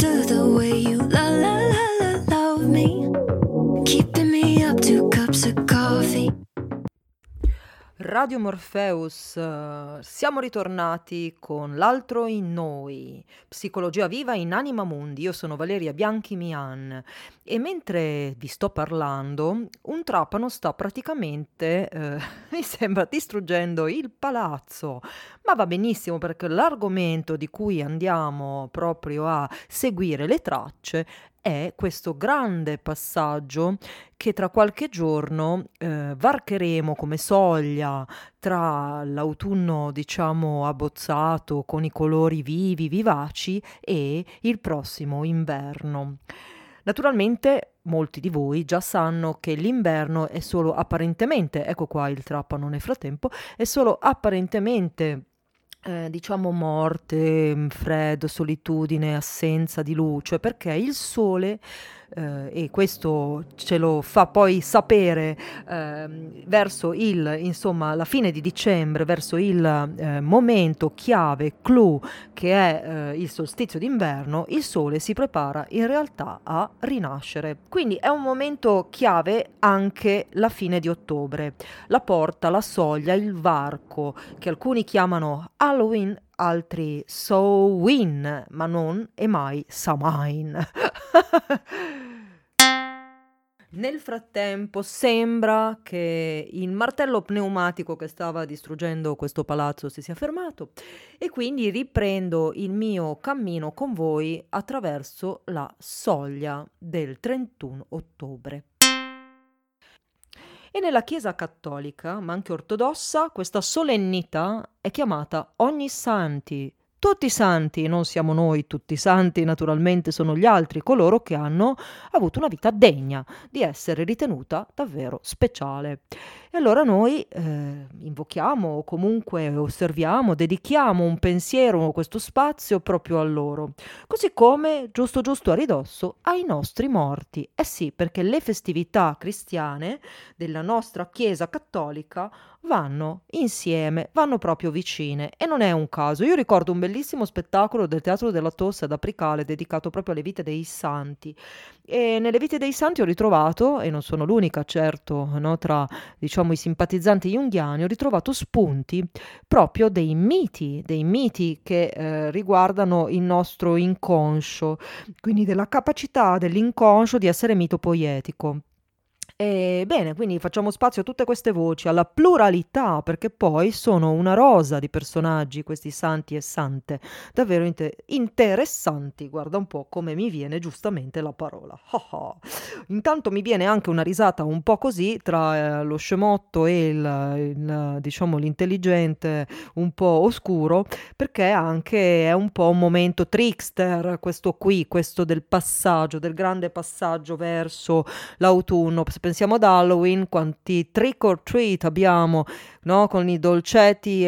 do the way you love me, keeping me up 2 cups of coffee. Radio Morpheus, siamo ritornati con l'altro in noi, Psicologia Viva in Anima Mundi. Io sono Valeria Bianchi Mian e mentre vi sto parlando un trapano sta praticamente, mi sembra, distruggendo il palazzo, ma va benissimo perché l'argomento di cui andiamo proprio a seguire le tracce è questo grande passaggio che tra qualche giorno varcheremo come soglia tra l'autunno, diciamo, abbozzato con i colori vivi, vivaci e il prossimo inverno. Naturalmente molti di voi già sanno che l'inverno è solo apparentemente, ecco qua il trapano nel frattempo, è solo apparentemente diciamo morte, freddo, solitudine, assenza di luce, perché il sole, e questo ce lo fa poi sapere verso insomma, la fine di dicembre, verso il momento chiave, clou, che è il solstizio d'inverno, il sole si prepara in realtà a rinascere. Quindi è un momento chiave anche la fine di ottobre. La porta, la soglia, il varco, che alcuni chiamano Halloween, altri Samhain, ma non e mai Samhain. Nel frattempo sembra che il martello pneumatico che stava distruggendo questo palazzo si sia fermato e quindi riprendo il mio cammino con voi attraverso la soglia del 31 ottobre. E nella Chiesa cattolica, ma anche ortodossa, questa solennità è chiamata Ogni Santi. Tutti santi, non siamo noi tutti santi, naturalmente sono gli altri, coloro che hanno avuto una vita degna di essere ritenuta davvero speciale. E allora noi invochiamo o comunque osserviamo, dedichiamo un pensiero, questo spazio proprio a loro, così come giusto a ridosso ai nostri morti. Eh sì, perché le festività cristiane della nostra Chiesa cattolica vanno insieme, vanno proprio vicine e non è un caso. Io ricordo un bellissimo spettacolo del Teatro della Tosse ad Apricale dedicato proprio alle vite dei santi e nelle vite dei santi ho ritrovato, e non sono l'unica certo, no, tra diciamo i simpatizzanti junghiani, ho ritrovato spunti proprio dei miti che riguardano il nostro inconscio, quindi della capacità dell'inconscio di essere mito poetico. Bene, quindi facciamo spazio a tutte queste voci, alla pluralità, perché poi sono una rosa di personaggi, questi santi e sante, davvero interessanti. Guarda un po' come mi viene giustamente la parola. Intanto mi viene anche una risata un po' così tra lo scemotto e diciamo, l'intelligente un po' oscuro, perché anche è un po' un momento trickster, questo qui, questo del passaggio, del grande passaggio verso l'autunno. Se pensiamo ad Halloween, quanti trick or treat abbiamo, no? Con i dolcetti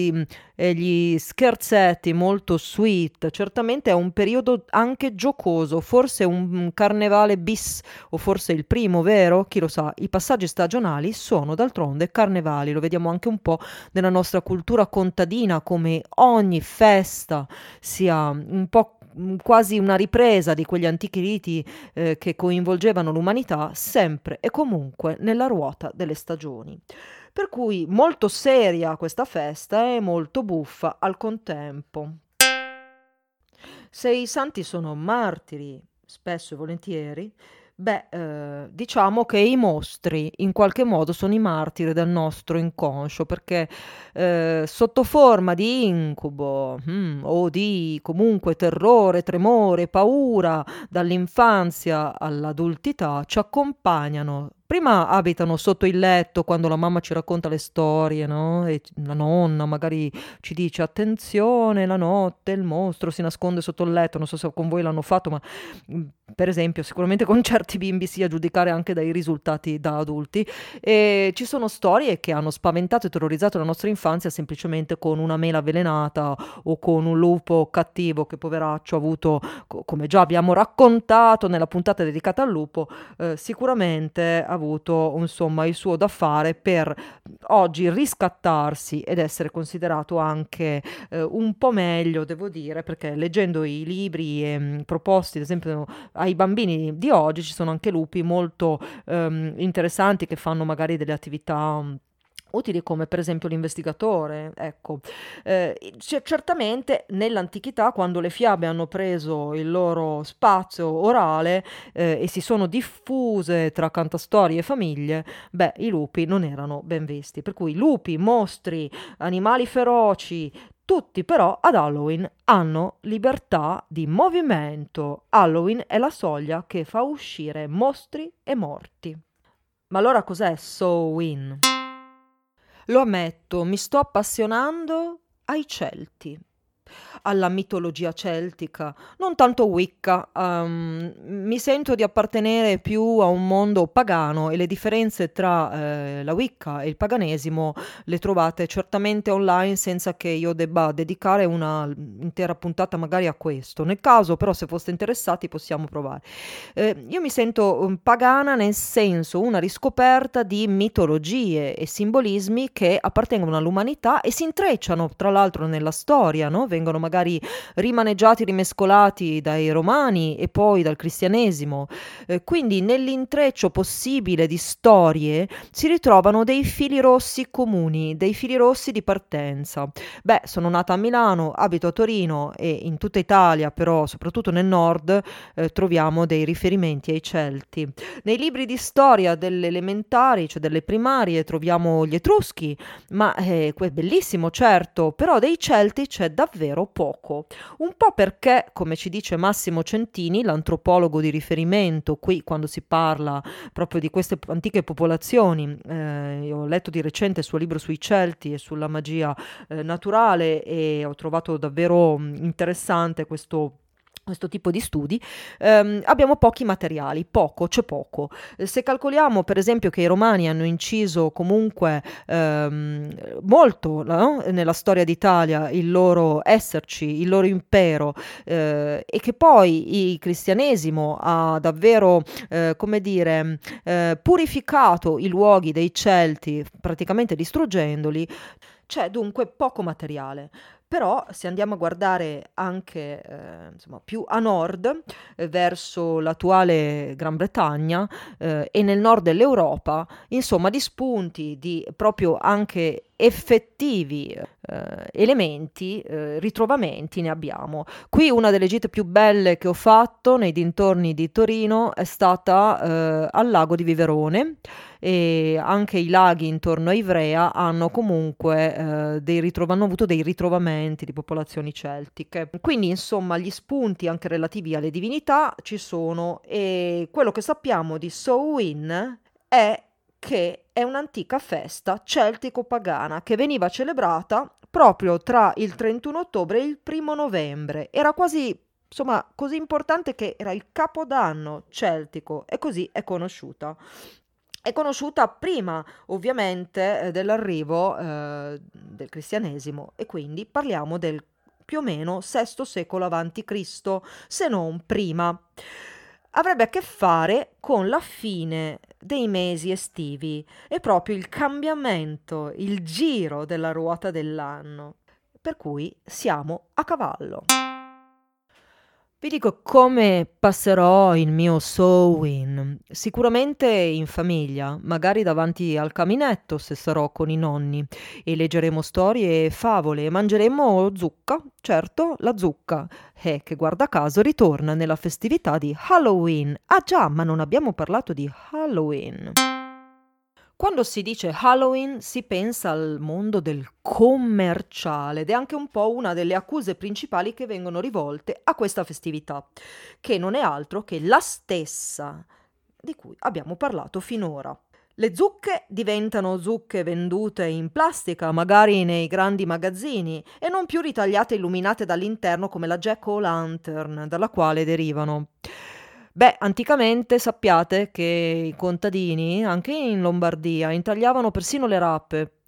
e gli scherzetti molto sweet. Certamente è un periodo anche giocoso, forse un carnevale bis o forse il primo, vero? Chi lo sa, i passaggi stagionali sono d'altronde carnevali, lo vediamo anche un po' nella nostra cultura contadina, come ogni festa sia un po' quasi una ripresa di quegli antichi riti che coinvolgevano l'umanità, sempre e comunque nella ruota delle stagioni. Per cui molto seria questa festa e molto buffa al contempo. Se i santi sono martiri, spesso e volentieri, diciamo che i mostri in qualche modo sono i martiri del nostro inconscio, perché sotto forma di incubo o di comunque terrore, tremore, paura dall'infanzia all'adultità ci accompagnano. Prima abitano sotto il letto quando la mamma ci racconta le storie, no? E la nonna magari ci dice attenzione, la notte il mostro si nasconde sotto il letto. Non so se con voi l'hanno fatto, ma per esempio sicuramente con certi bimbi sì, a giudicare anche dai risultati da adulti. E ci sono storie che hanno spaventato e terrorizzato la nostra infanzia semplicemente con una mela avvelenata o con un lupo cattivo che poveraccio ha avuto, come già abbiamo raccontato nella puntata dedicata al lupo, sicuramente ha avuto insomma il suo da fare per oggi riscattarsi ed essere considerato anche un po' meglio, devo dire, perché leggendo i libri proposti ad esempio ai bambini di oggi ci sono anche lupi molto interessanti che fanno magari delle attività utili come per esempio l'investigatore, ecco. Certamente nell'antichità, quando le fiabe hanno preso il loro spazio orale e si sono diffuse tra cantastorie e famiglie, beh, i lupi non erano ben visti. Per cui lupi, mostri, animali feroci, tutti però ad Halloween hanno libertà di movimento. Halloween è la soglia che fa uscire mostri e morti. Ma allora cos'è Samhain? Lo ammetto, mi sto appassionando ai Celti, alla mitologia celtica, non tanto Wicca. Mi sento di appartenere più a un mondo pagano e le differenze tra la Wicca e il paganesimo le trovate certamente online senza che io debba dedicare una intera puntata magari a questo. Nel caso però, se foste interessati, possiamo provare. Io mi sento pagana nel senso una riscoperta di mitologie e simbolismi che appartengono all'umanità e si intrecciano tra l'altro nella storia, no? Vengono magari rimaneggiati, rimescolati dai romani e poi dal cristianesimo. Quindi nell'intreccio possibile di storie si ritrovano dei fili rossi comuni, dei fili rossi di partenza. Beh, sono nata a Milano, abito a Torino e in tutta Italia, però soprattutto nel nord, troviamo dei riferimenti ai Celti. Nei libri di storia delle elementari, cioè delle primarie, troviamo gli Etruschi, ma è bellissimo, certo, però dei Celti c'è davvero poco. Un po' perché, come ci dice Massimo Centini, l'antropologo di riferimento, qui quando si parla proprio di queste antiche popolazioni, io ho letto di recente il suo libro sui Celti e sulla magia naturale e ho trovato davvero interessante questo tipo di studi. Abbiamo pochi materiali, c'è poco. Se calcoliamo per esempio che i romani hanno inciso comunque molto, no? Nella storia d'Italia il loro esserci, il loro impero, e che poi il cristianesimo ha davvero, come dire, purificato i luoghi dei Celti, praticamente distruggendoli, c'è dunque poco materiale. Però se andiamo a guardare anche insomma, più a nord, verso l'attuale Gran Bretagna e nel nord dell'Europa, insomma di spunti, di proprio anche effettivi elementi, ritrovamenti ne abbiamo. Qui una delle gite più belle che ho fatto nei dintorni di Torino è stata al lago di Viverone, e anche i laghi intorno a Ivrea hanno comunque hanno avuto dei ritrovamenti di popolazioni celtiche. Quindi insomma gli spunti anche relativi alle divinità ci sono, e quello che sappiamo di Samhain è che è un'antica festa celtico-pagana che veniva celebrata proprio tra il 31 ottobre e il 1° novembre. Era quasi, insomma, così importante che era il capodanno celtico, e così è conosciuta. È conosciuta prima, ovviamente, dell'arrivo del cristianesimo, e quindi parliamo del più o meno VI secolo avanti Cristo, se non prima. Avrebbe a che fare con la fine dei mesi estivi e proprio il cambiamento, il giro della ruota dell'anno, per cui siamo a cavallo. Vi dico come passerò il mio Samhain. Sicuramente in famiglia, magari davanti al caminetto se sarò con i nonni, e leggeremo storie e favole e mangeremo zucca, certo, la zucca, che guarda caso ritorna nella festività di Halloween. Ah già, ma non abbiamo parlato di Halloween. Quando si dice Halloween si pensa al mondo del commerciale, ed è anche un po' una delle accuse principali che vengono rivolte a questa festività, che non è altro che la stessa di cui abbiamo parlato finora. Le zucche diventano zucche vendute in plastica, magari nei grandi magazzini, e non più ritagliate e illuminate dall'interno come la Jack-o'-lantern, dalla quale derivano. Beh, anticamente sappiate che i contadini, anche in Lombardia, intagliavano persino le rape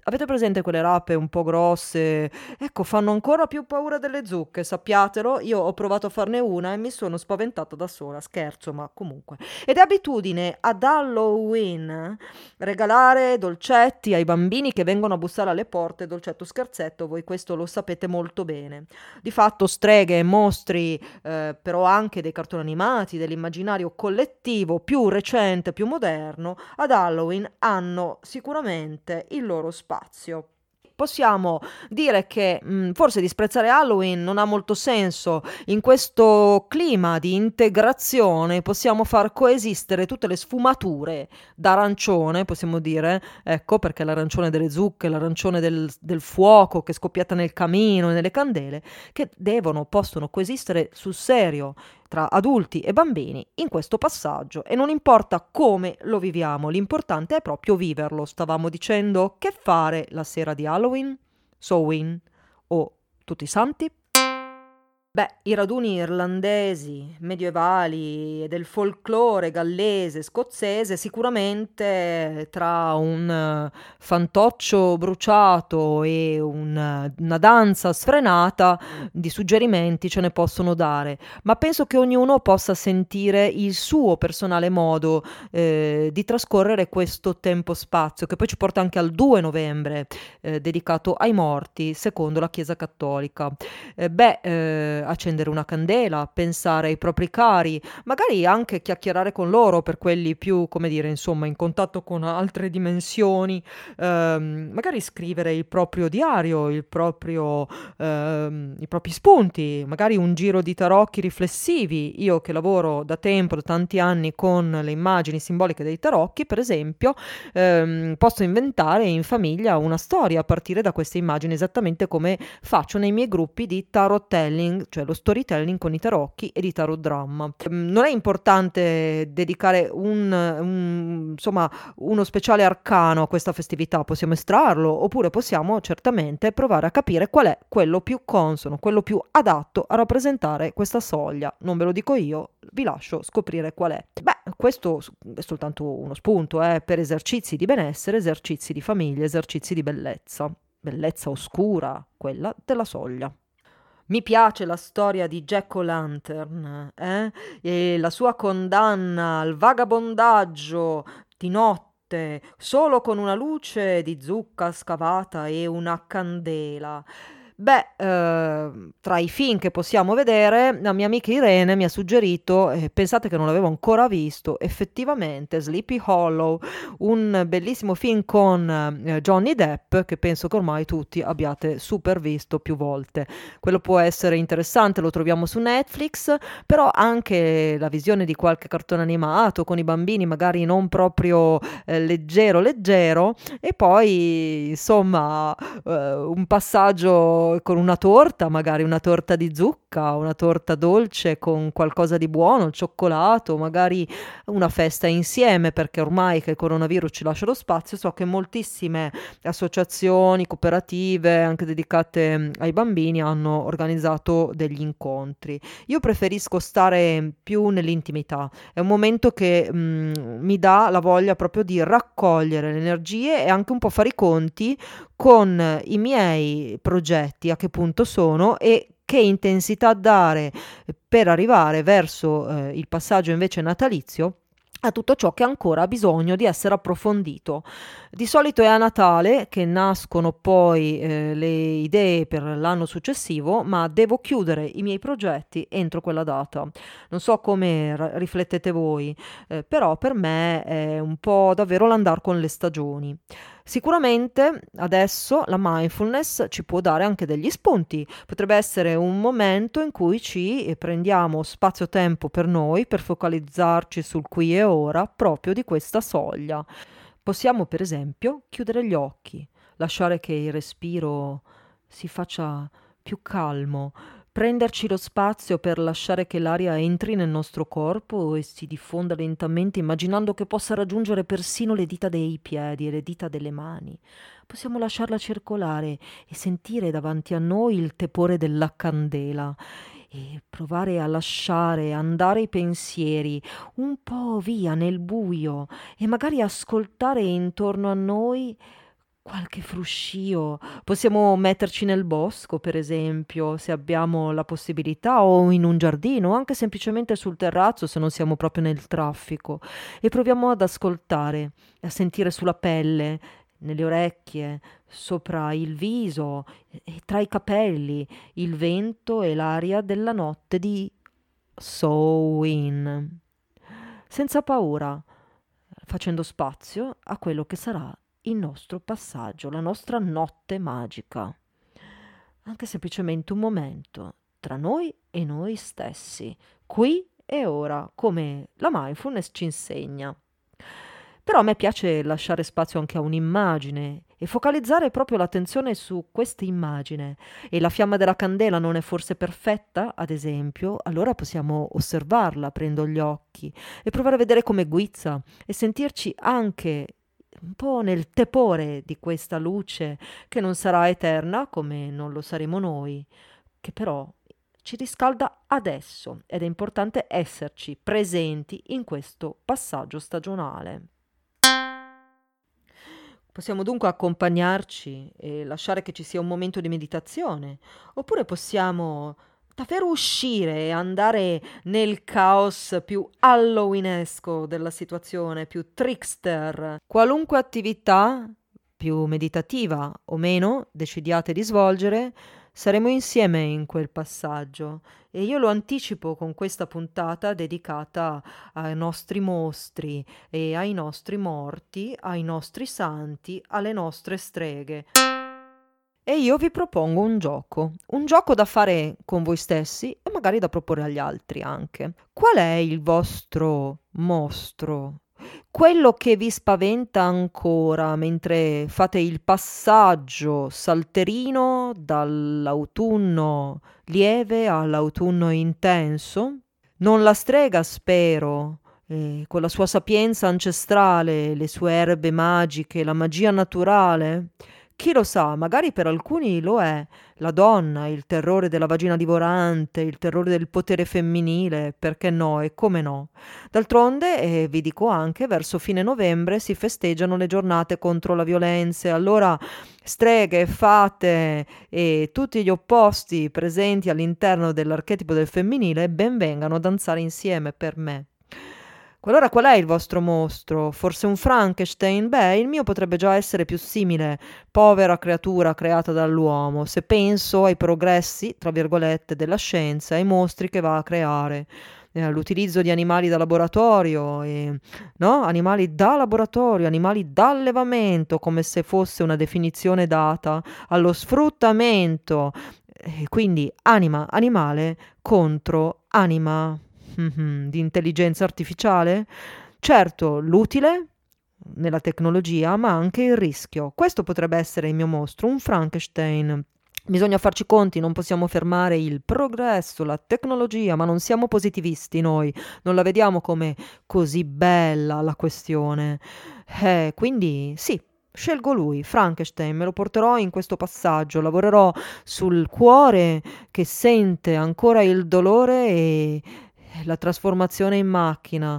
Avete presente quelle rape un po' grosse? Ecco, fanno ancora più paura delle zucche, sappiatelo. Io ho provato a farne una e mi sono spaventata da sola, scherzo, ma comunque. Ed è abitudine ad Halloween regalare dolcetti ai bambini che vengono a bussare alle porte, dolcetto scherzetto, voi questo lo sapete molto bene. Di fatto streghe, mostri, però anche dei cartoni animati, dell'immaginario collettivo più recente, più moderno, ad Halloween hanno sicuramente il loro spazio. Possiamo dire che forse disprezzare Halloween non ha molto senso. In questo clima di integrazione possiamo far coesistere tutte le sfumature d'arancione, possiamo dire, ecco perché l'arancione delle zucche, l'arancione del fuoco che scoppietta nel camino e nelle candele, che possono coesistere sul serio tra adulti e bambini in questo passaggio e non importa come lo viviamo, l'importante è proprio viverlo. Stavamo dicendo che fare la sera di Halloween, Samhain o Tutti i Santi? Beh, i raduni irlandesi, medievali e del folklore gallese, scozzese, sicuramente tra un fantoccio bruciato e una danza sfrenata di suggerimenti ce ne possono dare, ma penso che ognuno possa sentire il suo personale modo di trascorrere questo tempo-spazio, che poi ci porta anche al 2 novembre, dedicato ai morti, secondo la Chiesa Cattolica. Accendere una candela, pensare ai propri cari, magari anche chiacchierare con loro per quelli più, come dire, insomma, in contatto con altre dimensioni, magari scrivere il proprio diario, i propri spunti, magari un giro di tarocchi riflessivi. Io che lavoro da tempo, da tanti anni con le immagini simboliche dei tarocchi, per esempio, posso inventare in famiglia una storia a partire da queste immagini, esattamente come faccio nei miei gruppi di tarot telling, cioè lo storytelling con i tarocchi e di tarot dramma. Non è importante dedicare insomma, uno speciale arcano a questa festività, possiamo estrarlo, oppure possiamo certamente provare a capire qual è quello più consono, quello più adatto a rappresentare questa soglia. Non ve lo dico io, vi lascio scoprire qual è. Beh, questo è soltanto uno spunto, per esercizi di benessere, esercizi di famiglia, esercizi di bellezza. Bellezza oscura, quella della soglia. Mi piace la storia di Jack O'Lantern, e la sua condanna al vagabondaggio di notte, solo con una luce di zucca scavata e una candela. Tra i film che possiamo vedere, la mia amica Irene mi ha suggerito, pensate che non l'avevo ancora visto, effettivamente Sleepy Hollow, un bellissimo film con Johnny Depp che penso che ormai tutti abbiate super visto più volte. Quello può essere interessante, lo troviamo su Netflix, però anche la visione di qualche cartone animato con i bambini magari non proprio leggero leggero, e poi insomma un passaggio con una torta, magari una torta di zucca, una torta dolce con qualcosa di buono, il cioccolato, magari una festa insieme, perché ormai che il coronavirus ci lascia lo spazio, so che moltissime associazioni, cooperative, anche dedicate ai bambini, hanno organizzato degli incontri. Io preferisco stare più nell'intimità, è un momento che mi dà la voglia proprio di raccogliere le energie e anche un po' fare i conti con i miei progetti, a che punto sono e che intensità dare per arrivare verso il passaggio invece natalizio a tutto ciò che ancora ha bisogno di essere approfondito. Di solito è a Natale che nascono poi le idee per l'anno successivo, ma devo chiudere i miei progetti entro quella data. Non so come riflettete voi, però per me è un po' davvero l'andar con le stagioni. Sicuramente adesso la mindfulness ci può dare anche degli spunti, potrebbe essere un momento in cui ci prendiamo spazio-tempo per noi, per focalizzarci sul qui e ora proprio di questa soglia. Possiamo per esempio chiudere gli occhi, lasciare che il respiro si faccia più calmo, prenderci lo spazio per lasciare che l'aria entri nel nostro corpo e si diffonda lentamente, immaginando che possa raggiungere persino le dita dei piedi e le dita delle mani. Possiamo lasciarla circolare e sentire davanti a noi il tepore della candela e provare a lasciare andare i pensieri un po' via nel buio e magari ascoltare intorno a noi qualche fruscio. Possiamo metterci nel bosco, per esempio, se abbiamo la possibilità, o in un giardino, o anche semplicemente sul terrazzo se non siamo proprio nel traffico, e proviamo ad ascoltare, a sentire sulla pelle, nelle orecchie, sopra il viso e tra i capelli, il vento e l'aria della notte di Samhain, senza paura, facendo spazio a quello che sarà il nostro passaggio, la nostra notte magica, anche semplicemente un momento tra noi e noi stessi, qui e ora, come la mindfulness ci insegna. Però a me piace lasciare spazio anche a un'immagine e focalizzare proprio l'attenzione su questa immagine. E la fiamma della candela non è forse perfetta, ad esempio? Allora possiamo osservarla aprendo gli occhi e provare a vedere come guizza e sentirci anche un po' nel tepore di questa luce che non sarà eterna come non lo saremo noi, che però ci riscalda adesso ed è importante esserci presenti in questo passaggio stagionale. Possiamo dunque accompagnarci e lasciare che ci sia un momento di meditazione, oppure possiamo davvero uscire e andare nel caos più halloweenesco della situazione, più trickster. Qualunque attività, più meditativa o meno, decidiate di svolgere, saremo insieme in quel passaggio. E io lo anticipo con questa puntata dedicata ai nostri mostri e ai nostri morti, ai nostri santi, alle nostre streghe. E io vi propongo un gioco da fare con voi stessi e magari da proporre agli altri anche. Qual è il vostro mostro? Quello che vi spaventa ancora mentre fate il passaggio salterino dall'autunno lieve all'autunno intenso? Non la strega, spero, con la sua sapienza ancestrale, le sue erbe magiche, la magia naturale? Chi lo sa, magari per alcuni lo è. La donna, il terrore della vagina divorante, il terrore del potere femminile, perché no e come no? D'altronde, e vi dico anche, verso fine novembre si festeggiano le giornate contro la violenza. E allora streghe, fate e tutti gli opposti presenti all'interno dell'archetipo del femminile ben vengano a danzare insieme per me. Allora qual è il vostro mostro? Forse un Frankenstein? Beh, il mio potrebbe già essere più simile, povera creatura creata dall'uomo, se penso ai progressi, tra virgolette, della scienza, ai mostri che va a creare, all'utilizzo di animali da laboratorio, no? Animali da laboratorio, animali da allevamento, come se fosse una definizione data allo sfruttamento, quindi anima, animale contro anima. Di intelligenza artificiale? Certo, l'utile nella tecnologia, ma anche il rischio. Questo potrebbe essere il mio mostro, un Frankenstein. Bisogna farci conti, non possiamo fermare il progresso, la tecnologia, ma non siamo positivisti noi, non la vediamo come così bella la questione. Quindi sì, scelgo lui, Frankenstein, me lo porterò in questo passaggio, lavorerò sul cuore che sente ancora il dolore e la trasformazione in macchina,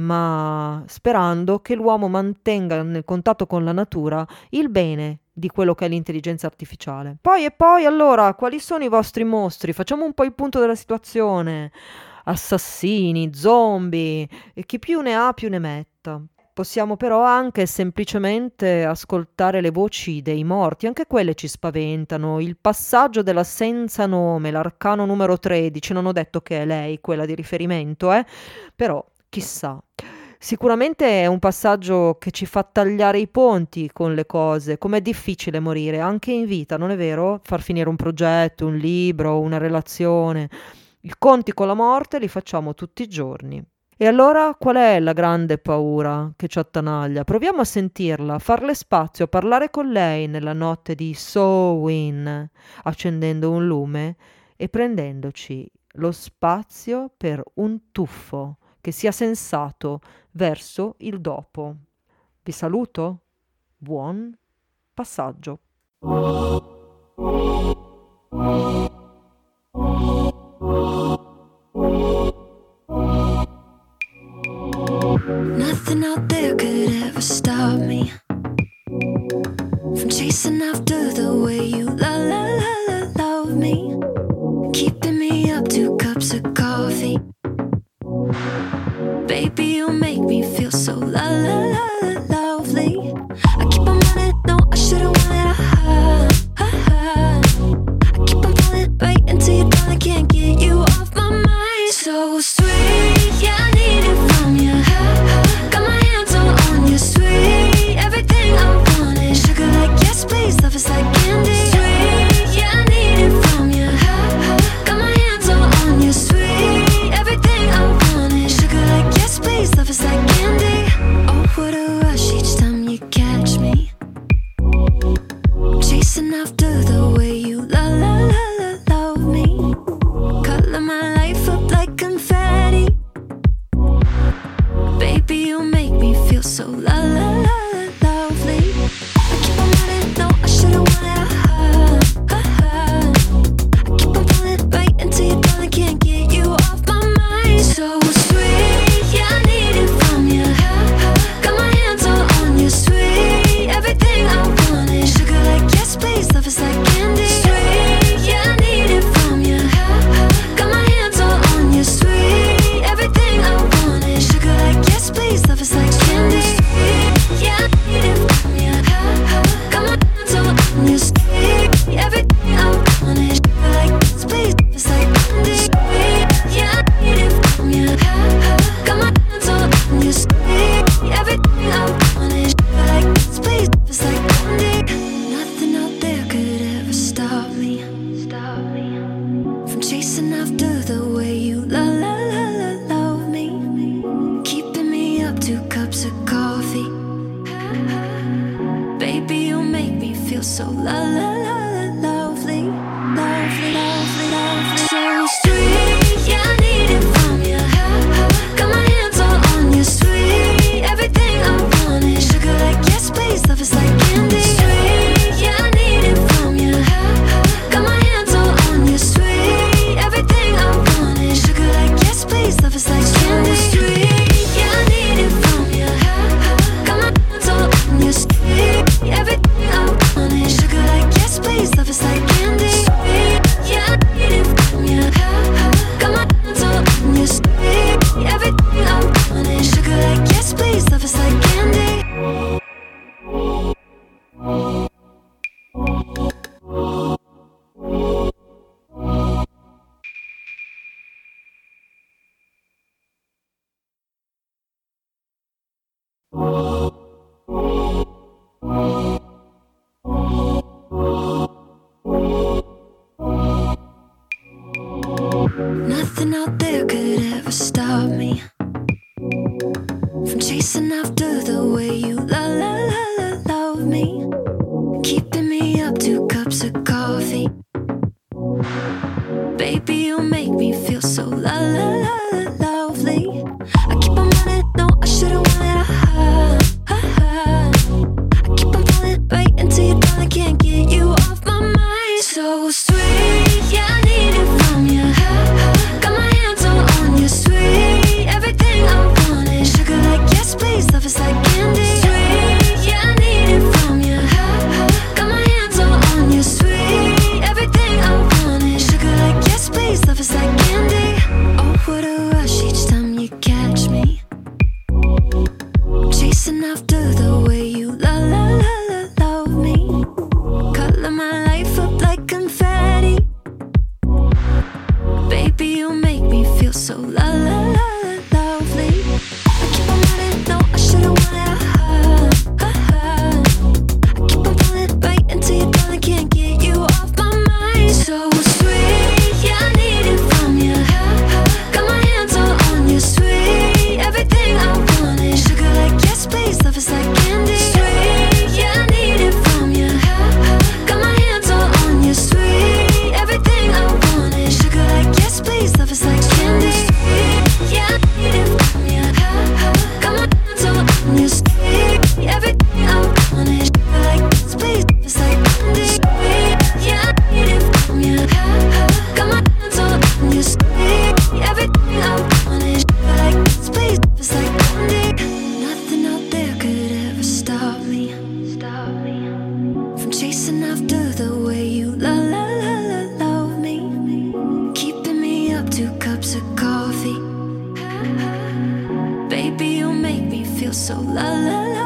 ma sperando che l'uomo mantenga nel contatto con la natura il bene di quello che è l'intelligenza artificiale. Poi allora, quali sono i vostri mostri? Facciamo un po' il punto della situazione. Assassini, zombie, e chi più ne ha più ne metta. Possiamo però anche semplicemente ascoltare le voci dei morti, anche quelle ci spaventano. Il passaggio della senza nome, l'arcano numero 13, non ho detto che è lei quella di riferimento, però chissà. Sicuramente è un passaggio che ci fa tagliare i ponti con le cose, com'è difficile morire, anche in vita, non è vero? Far finire un progetto, un libro, una relazione. I conti con la morte li facciamo tutti i giorni. E allora qual è la grande paura che ci attanaglia? Proviamo a sentirla, a farle spazio, a parlare con lei nella notte di Samhain, accendendo un lume e prendendoci lo spazio per un tuffo che sia sensato verso il dopo. Vi saluto, buon passaggio. Nothing out there could ever stop me from chasing after the way you love me, keeping me up 2 cups of coffee. Baby, you make me feel so lovely. I keep on running, no, I should've wanted I keep on falling right into your dawn, I can't get you off my mind. So sweet, yeah, I need it from you. Got my hands all on you, sweet. Everything I want is sugar like yes, please. Love is like candy. Sweet, yeah, I need it from you. Got my hands all on you, sweet. Everything I want is sugar like yes, please. Love is like candy. Oh, what a rush each time you catch me, chasing after the way you love me, color my life up like confetti. Baby, you make me feel so lovely. I keep on running, no, I should've wanted I keep on falling right into your dawn, I can't get you off my mind. So sweet, yeah, I need it from you. Got my hands all on you, sweet. Everything I want is sugar like yes, please. Love is like candy. Sweet, yeah, I need it from you. Got my hands all on you, sweet. Everything I want is sugar like yes, please. Love is like candy. Sweet, yeah, I need it from you. Got my hands all on you, sweet. Everything I want is sugar like yes, please. Love is like candy. Sweet, yeah, I need it from you. Got my hands all on you, sweet. Everything I want is sugar like yes, please. Love is like candy. Nothing out there could ever stop me from chasing after the way you love me, keeping me up 2 cups of coffee. Baby, you make me feel so lovely. So sweet, yeah, I need it from you. Got my hands all on you, sweet. Everything I want is sugar like yes, please. Love is like candy. Sweet, yeah, I need it from you. Got my hands all on you, sweet. Everything I want is sugar like yes, please. Love is like candy. Sweet, yeah, I need it from you. Got my hands all on you, sweet. Everything I want is sugar like yes, please. Love is like candy. Sweet, yeah, I need it from you. Got my hands all on you, sweet. Everything I want is sugar like yes, please. Love is like candy. Nothing out there could ever stop me from chasing after the way you love me, keeping me up 2 cups of coffee. Baby, you make me feel so lovely. I keep on running, no, I should've wanted I keep on falling right into your dawn, I can't get you off my mind. So sweet, yeah, I need it from you. Got my hands all on you, sweet. Everything I want is sugar like yes, please. Love is so la la